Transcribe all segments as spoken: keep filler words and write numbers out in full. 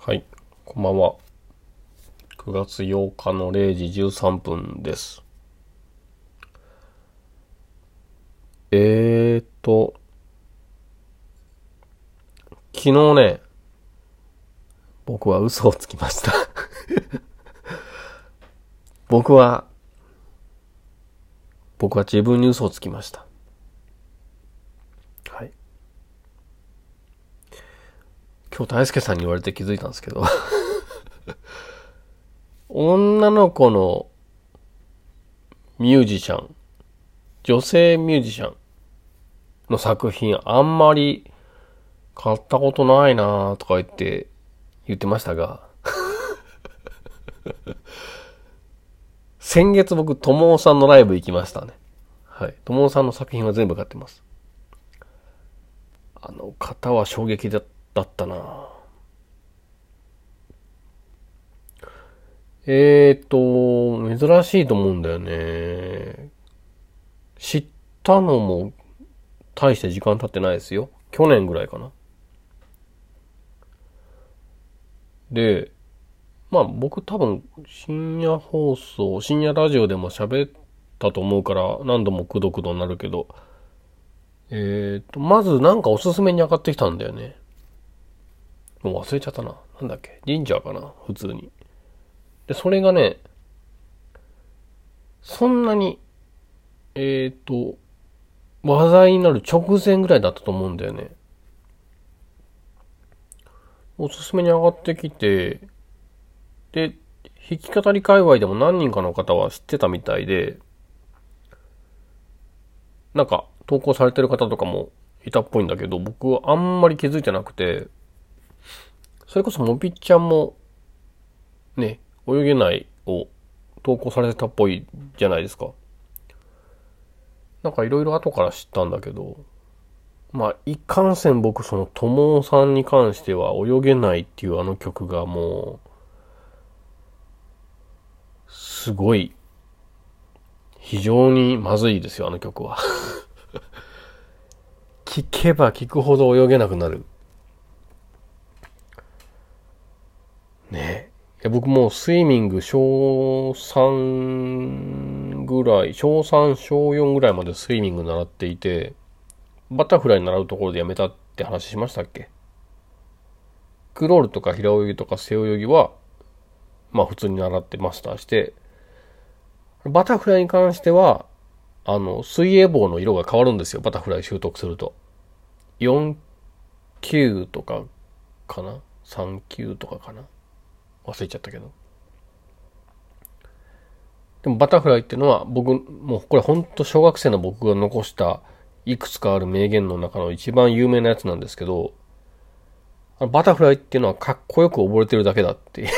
はい、こんばんは。くがつようかのれいじじゅうさんぷんです。えーと、昨日ね、僕は嘘をつきました。僕は、僕は自分に嘘をつきました。はい。今日大輔さんに言われて気づいたんですけど、女の子のミュージシャン、女性ミュージシャンの作品あんまり買ったことないなとか言って言ってましたが、先月僕、ともおさんのライブ行きましたね。はい。ともおさんの作品は全部買ってます。あの方は衝撃だったな。えーと、珍しいと思うんだよね。知ったのも大して時間経ってないですよ。去年ぐらいかな。で、まあ僕多分深夜放送、深夜ラジオでも喋ったと思うから何度もくどくどになるけど、えーと、まずなんかおすすめに上がってきたんだよね。もう忘れちゃったな。なんだっけ、ジンジャーかな普通に。で、それがね、そんなに、えーと、話題になる直前ぐらいだったと思うんだよね。おすすめに上がってきて、で、弾き語り界隈でも何人かの方は知ってたみたいで、なんか投稿されてる方とかもいたっぽいんだけど、僕はあんまり気づいてなくて、それこそもぴっちゃんもね、泳げないを投稿されてたっぽいじゃないですか。なんかいろいろ後から知ったんだけど、まあ、いかんせん僕そのともさんに関しては泳げないっていうあの曲がもう、すごい、非常にまずいですよ、あの曲は。聴けば聴くほど泳げなくなる。ねえ。いや僕もうスイミング小さんぐらい、小さん、小よんぐらいまでスイミング習っていて、バタフライ習うところでやめたって話しましたっけ？クロールとか平泳ぎとか背泳ぎは、まあ普通に習ってマスターして、バタフライに関しては、あの、水泳帽の色が変わるんですよ。バタフライ習得すると。よん級とかかな ?さん 級とかかな忘れちゃったけど。でもバタフライっていうのは僕、もうこれほんと小学生の僕が残したいくつかある名言の中の一番有名なやつなんですけど、バタフライっていうのはかっこよく溺れてるだけだって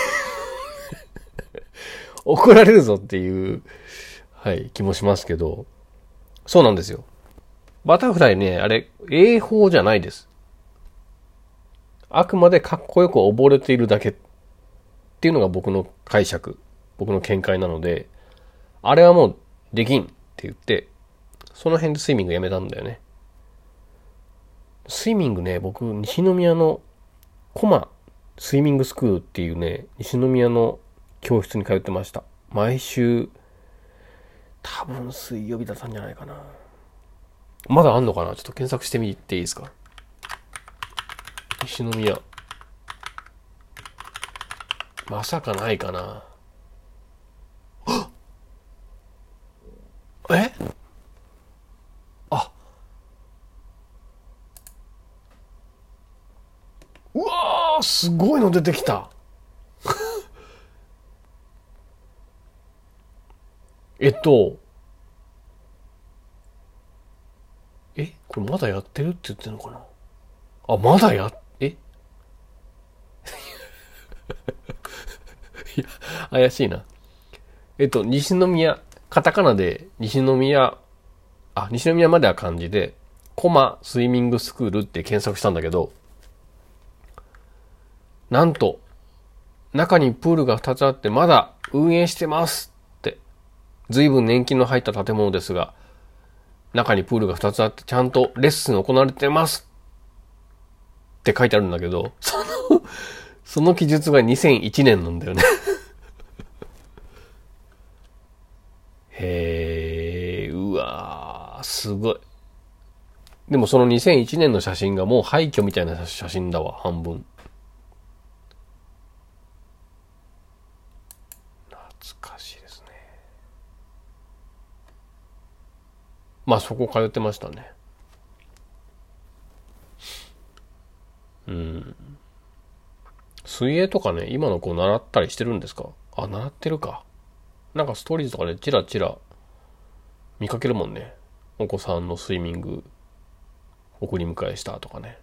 怒られるぞっていう、はい、気もしますけど、そうなんですよ。バタフライね、あれ、泳法じゃないです。あくまでかっこよく溺れているだけっていうのが僕の解釈、僕の見解なので、あれはもうできんって言って、その辺でスイミングやめたんだよね。スイミングね、僕、西宮のコマスイミングスクールっていうね、西宮の教室に通ってました。毎週、多分水曜日だったんじゃないかな。まだあんのかな？ちょっと検索してみていいですか？西宮。まさかないかな。えあ、うわー、すごいの出てきた。えっと、えこれまだやってるって言ってるのかなあ、まだや、えいや、怪しいな。えっと、西宮、カタカナで西宮、あ、西宮までは漢字で、コマスイミングスクールって検索したんだけど、なんと、中にプールがふたつあってまだ運営してますって。随分年金の入った建物ですが、中にプールがふたつあってちゃんとレッスン行われてますって書いてあるんだけど、その、 その記述がにせんいちねんなんだよね。へえ、うわー、すごい。でもそのにせんいちねんの写真がもう廃墟みたいな写真だわ、半分。懐かしいですね。まあそこ通ってましたね。うん。水泳とかね、今の子習ったりしてるんですか？あ、習ってるか。なんかストーリーズとかでチラチラ見かけるもんね。お子さんのスイミング送り迎えしたとかね。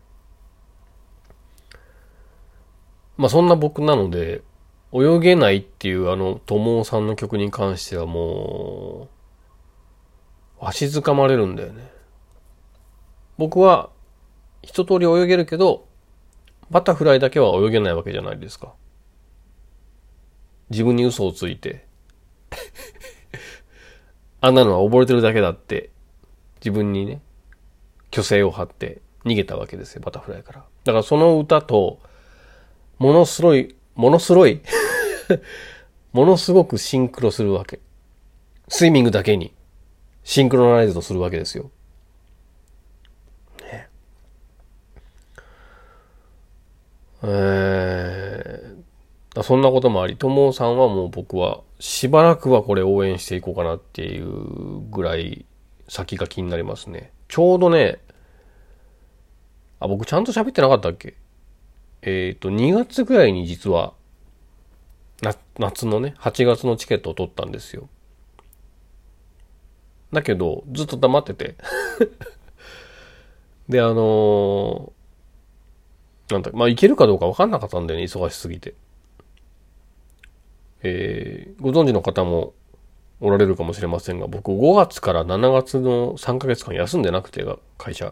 まあそんな僕なので、泳げないっていうあの、友さんの曲に関してはもう、わしづかまれるんだよね。僕は一通り泳げるけど、バタフライだけは泳げないわけじゃないですか。自分に嘘をついて、あんなのは溺れてるだけだって、自分にね、虚勢を張って逃げたわけですよ、バタフライから。だからその歌と、ものすごい、ものすごい、ものすごくシンクロするわけ。スイミングだけにシンクロナイズドするわけですよ。ね、えー、そんなこともあり、ともさんはもう僕はしばらくはこれ応援していこうかなっていうぐらい先が気になりますね。ちょうどね、あ、僕ちゃんと喋ってなかったっけ？えっと、にがつぐらいに実は、な、夏のね、はちがつのチケットを取ったんですよ。だけど、ずっと黙ってて。で、あのー、なんだ、まあ、行けるかどうか分かんなかったんだよね、忙しすぎて。えー、ご存知の方もおられるかもしれませんが、僕ごがつからしちがつのさんかげつかん休んでなくて、会社。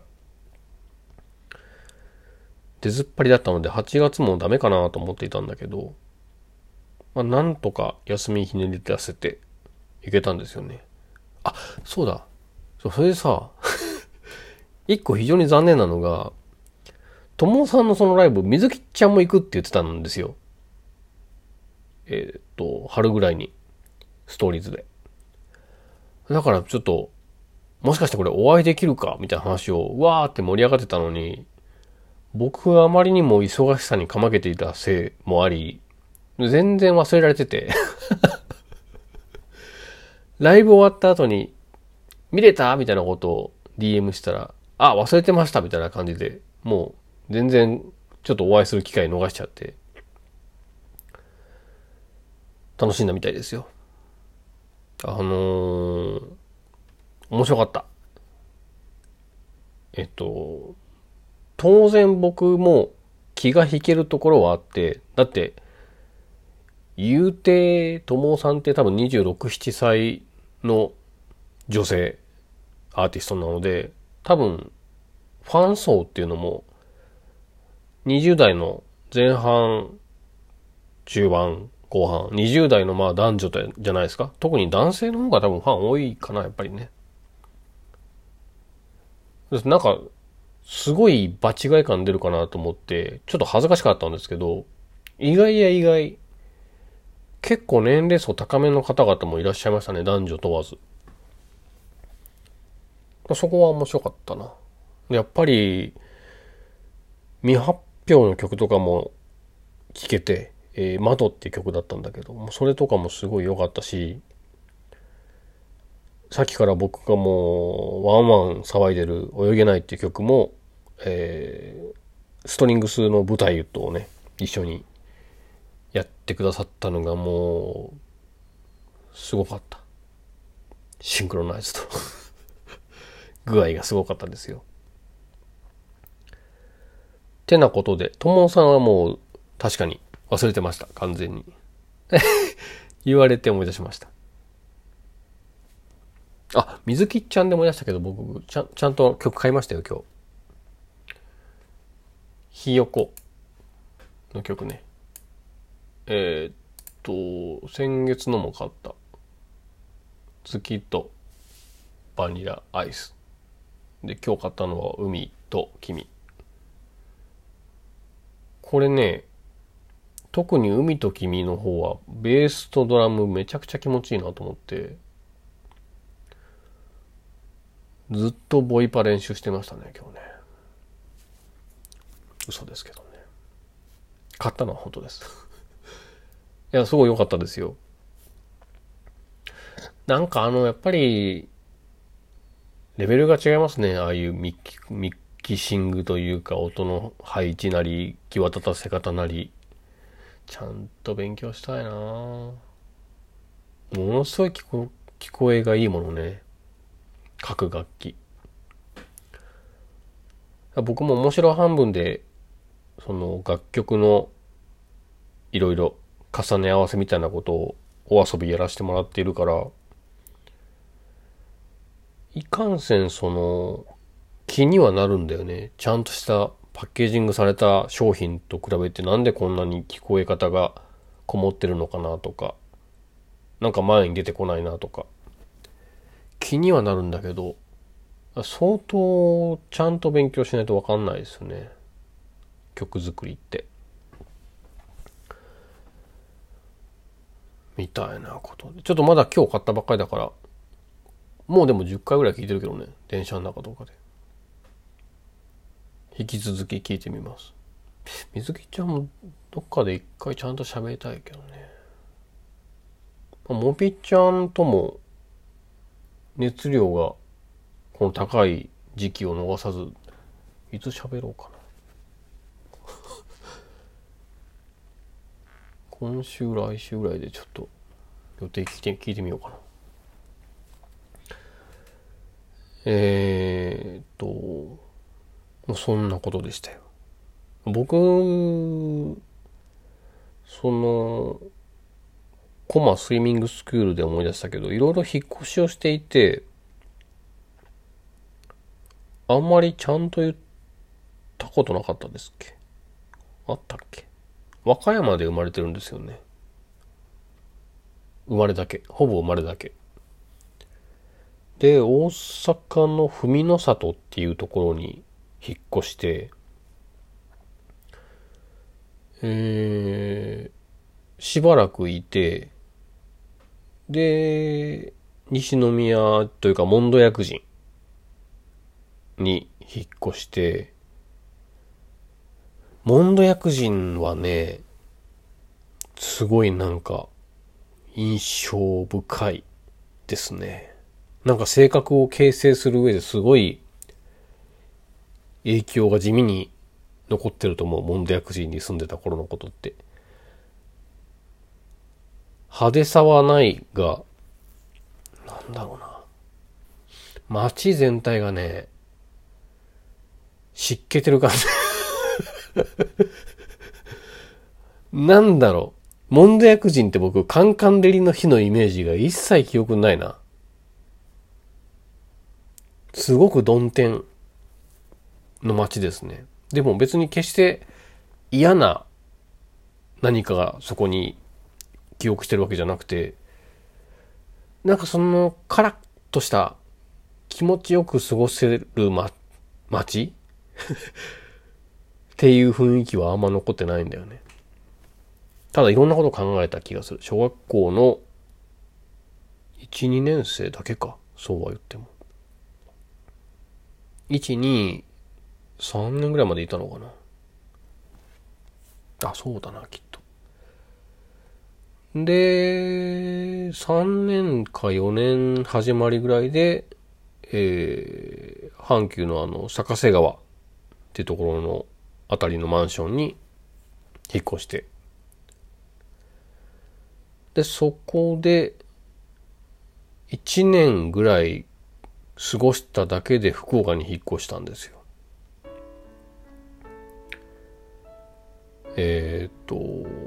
出ずっぱりだったので、はちがつもダメかなと思っていたんだけど、まあ、なんとか休みひねり出せていけたんですよね。あ、そうだ。それでさ、一個非常に残念なのが、ともさんのそのライブ、水木ちゃんも行くって言ってたんですよ。えーっと、春ぐらいに、ストーリーズで。だからちょっと、もしかしてこれお会いできるかみたいな話を、わーって盛り上がってたのに、僕はあまりにも忙しさにかまけていたせいもあり、全然忘れられてて。ライブ終わった後に、見れたみたいなことを ディーエム したら、あ、忘れてましたみたいな感じで、もう全然ちょっとお会いする機会逃しちゃって、楽しんだみたいですよ。あのー、面白かった。えっと、当然僕も気が引けるところはあって、だって、言うて、ともさんって多分にじゅうろく、ななさいの女性アーティストなので、多分、ファン層っていうのも、にじゅう代の前半、中盤、後半、にじゅう代のまあ男女じゃないですか。特に男性の方が多分ファン多いかな、やっぱりね。なんか、すごい場違い感出るかなと思って、ちょっと恥ずかしかったんですけど、意外や意外、結構年齢層高めの方々もいらっしゃいましたね、男女問わず。そこは面白かったな。やっぱり、未発表の曲とかも聴けて、えー、窓っていう曲だったんだけど、それとかもすごい良かったし、さっきから僕がもうワンワン騒いでる泳げないっていう曲も、えー、ストリングスの舞台とね、一緒にやってくださったのがもう、すごかった。シンクロナイズと具合がすごかったですよ。てなことで、ともさんはもう確かに忘れてました。完全に。言われて思い出しました。あ、水木ちゃんで思い出したけど、僕、ちゃん、ちゃんと曲買いましたよ、今日。ひよこの曲ね。えー、っと、先月のも買った。月とバニラアイス。で、今日買ったのは海と君。これね、 特に海と君の方はベースとドラムめちゃくちゃ気持ちいいなと思って、ずっとボイパ練習してましたね、今日ね。嘘ですけどね。買ったのは本当です。いや、すごい良かったですよ。なんかあの、やっぱり、レベルが違いますね。ああいうミキ、ミキシングというか、音の配置なり、際立たせ方なり、ちゃんと勉強したいなぁ。ものすごい聞こ、聞こえがいいものね。各楽器。僕も面白半分で、その楽曲のいろいろ重ね合わせみたいなことをお遊びやらせてもらっているから、いかんせんその気にはなるんだよね。ちゃんとしたパッケージングされた商品と比べてなんでこんなに聞こえ方がこもってるのかなとか、なんか前に出てこないなとか、気にはなるんだけど、相当ちゃんと勉強しないとわかんないですよね。曲作りって。みたいなことで。ちょっとまだ今日買ったばっかりだから、もうでもじゅっかいぐらい聞いてるけどね。電車の中とかで。引き続き聞いてみます。水木ちゃんもどっかで一回ちゃんと喋りたいけどね。もぴちゃんとも熱量がこの高い時期を逃さず、いつ喋ろうかな。今週来週ぐらいでちょっと予定聞いて、聞いてみようかな。えーっと、もうそんなことでしたよ。僕、その、コマスイミングスクールで思い出したけど、いろいろ引っ越しをしていて、あんまりちゃんと言ったことなかったですっけ？あったっけ？和歌山で生まれてるんですよね。生まれだけ。ほぼ生まれだけ。で、大阪の文の里っていうところに引っ越して、えー、しばらくいて、で、西宮というかモンド薬人に引っ越して、モンド薬人はね、すごいなんか印象深いですね。なんか性格を形成する上ですごい影響が地味に残ってると思う。モンド薬人に住んでた頃のことって。派手さはないが、なんだろうな。街全体がね、湿気てる感じ。なんだろう。モンド薬人って僕、カンカン照りの日のイメージが一切記憶にないな。すごく曇天の街ですね。でも別に決して嫌な何かがそこに記憶してるわけじゃなくて、なんかそのカラッとした気持ちよく過ごせる、ま、街っていう雰囲気はあんま残ってないんだよね。ただいろんなこと考えた気がする。小学校のいち、にねん生だけか。そうは言っても。いち、に、さんねんぐらいまでいたのかな。あ、そうだな、きっと。で、さんねんかよねん始まりぐらいで、えー、阪急のあの、坂瀬川ってところのあたりのマンションに引っ越して、で、そこで、いちねんぐらい過ごしただけで福岡に引っ越したんですよ。えー、っと、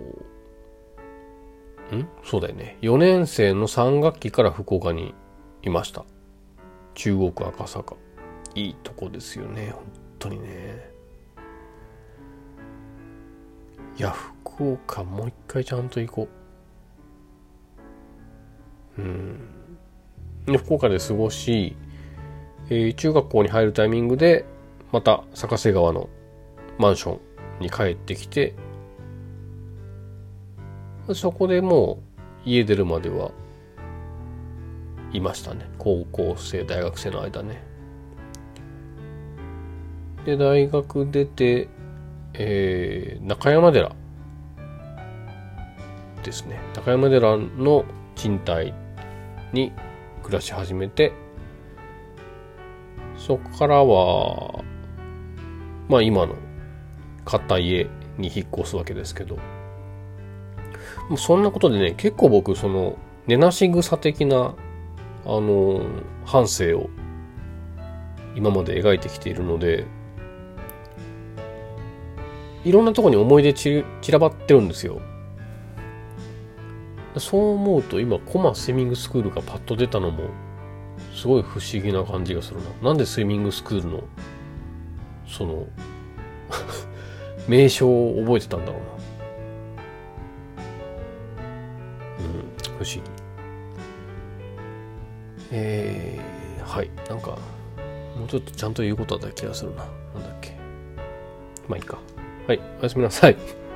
んそうだよね。よねん生のさん学期から福岡にいました。中央区赤坂。いいとこですよね。本当にね。いや、福岡もう一回ちゃんと行こう。うん、で福岡で過ごし、えー、中学校に入るタイミングでまた坂瀬川のマンションに帰ってきて、 そこでもう家出るまではいましたね。高校生、大学生の間ね。で、大学出て、えー、中山寺ですね。中山寺の賃貸に暮らし始めて、そこからは、まあ今の買った家に引っ越すわけですけど、もうそんなことでね、結構僕、その、根なし草的な、あの、半生を今まで描いてきているので、いろんなところに思い出ち散らばってるんですよ。そう思うと今、コマスイミングスクールがパッと出たのも、すごい不思議な感じがするな。なんでスイミングスクールの、その、名称を覚えてたんだろうな。うん、不思議。えー、はい。なんか、もうちょっとちゃんと言うことだった気がするな。なんだっけ。まあいいか。はい。おやすみなさい。